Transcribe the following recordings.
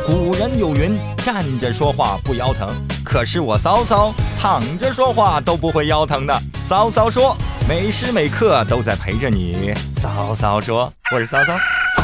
古人有云，站着说话不腰疼，可是我骚骚躺着说话都不会腰疼的。骚骚说，每时每刻都在陪着你。骚骚说，我是骚骚。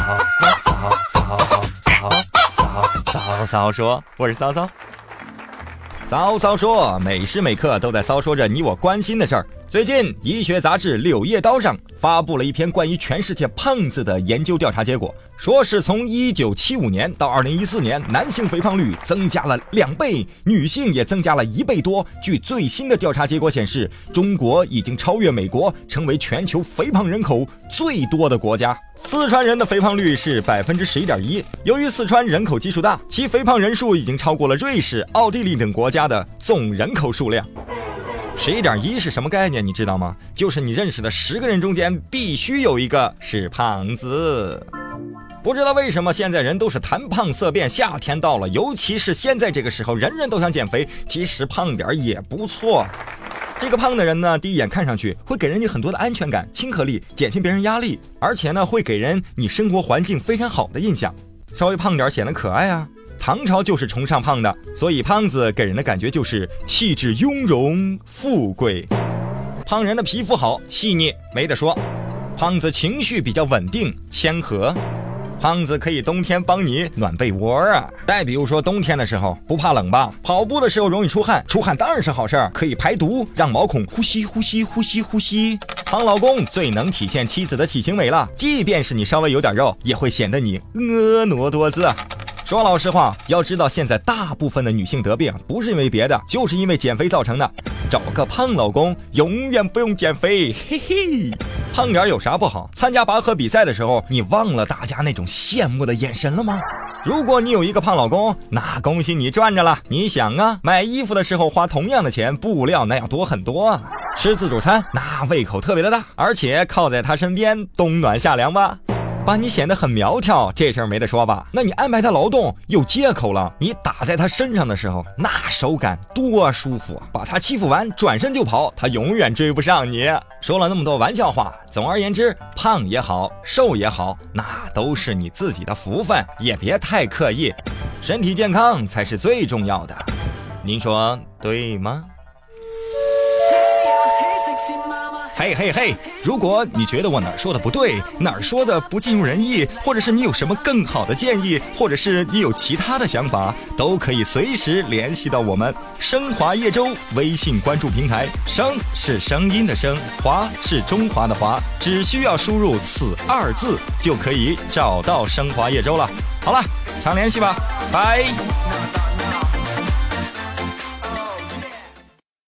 骚骚说，我是骚骚。骚骚说，每时每刻都在骚说着你我关心的事儿。最近，医学杂志《柳叶刀》上发布了一篇关于全世界胖子的研究调查结果，说是从1975年到2014年，男性肥胖率增加了2倍，女性也增加了1倍多。据最新的调查结果显示，中国已经超越美国，成为全球肥胖人口最多的国家。四川人的肥胖率是11.1%，由于四川人口基数大，其肥胖人数已经超过了瑞士、奥地利等国家的总人口数量。11.1是什么概念你知道吗？就是你认识的10个人中间必须有一个是胖子。不知道为什么现在人都是谈胖色变，夏天到了，尤其是现在这个时候，人人都想减肥，其实胖点也不错。这个胖的人呢，第一眼看上去会给人很多的安全感、亲和力，减轻别人压力，而且呢，会给人你生活环境非常好的印象。稍微胖点显得可爱啊。唐朝就是崇尚胖的，所以胖子给人的感觉就是气质雍容、富贵。胖人的皮肤好、细腻，没得说。胖子情绪比较稳定、谦和。胖子可以冬天帮你暖被窝啊。再比如说冬天的时候不怕冷吧，跑步的时候容易出汗，出汗当然是好事儿，可以排毒，让毛孔呼吸呼吸呼吸呼吸。胖老公最能体现妻子的体型美了，即便是你稍微有点肉，也会显得你婀娜多姿。说老实话，要知道现在大部分的女性得病不是因为别的，就是因为减肥造成的。找个胖老公永远不用减肥，嘿嘿。胖点有啥不好？参加拔河比赛的时候，你忘了大家那种羡慕的眼神了吗？如果你有一个胖老公，那恭喜你赚着了。你想啊，买衣服的时候花同样的钱，布料那要多很多啊。吃自助餐那胃口特别的大，而且靠在他身边冬暖夏凉吧。把你显得很苗条，这事儿没得说吧？那你安排他劳动有借口了。你打在他身上的时候，那手感多舒服啊！把他欺负完，转身就跑，他永远追不上你。说了那么多玩笑话，总而言之，胖也好，瘦也好，那都是你自己的福分，也别太刻意。身体健康才是最重要的，您说对吗？嘿嘿嘿，如果你觉得我哪儿说的不对，哪儿说的不尽如人意，或者是你有什么更好的建议，或者是你有其他的想法，都可以随时联系到我们升华叶舟微信关注平台。声是声音的声，华是中华的华，只需要输入此2字就可以找到升华叶舟了。好了，常联系吧，拜。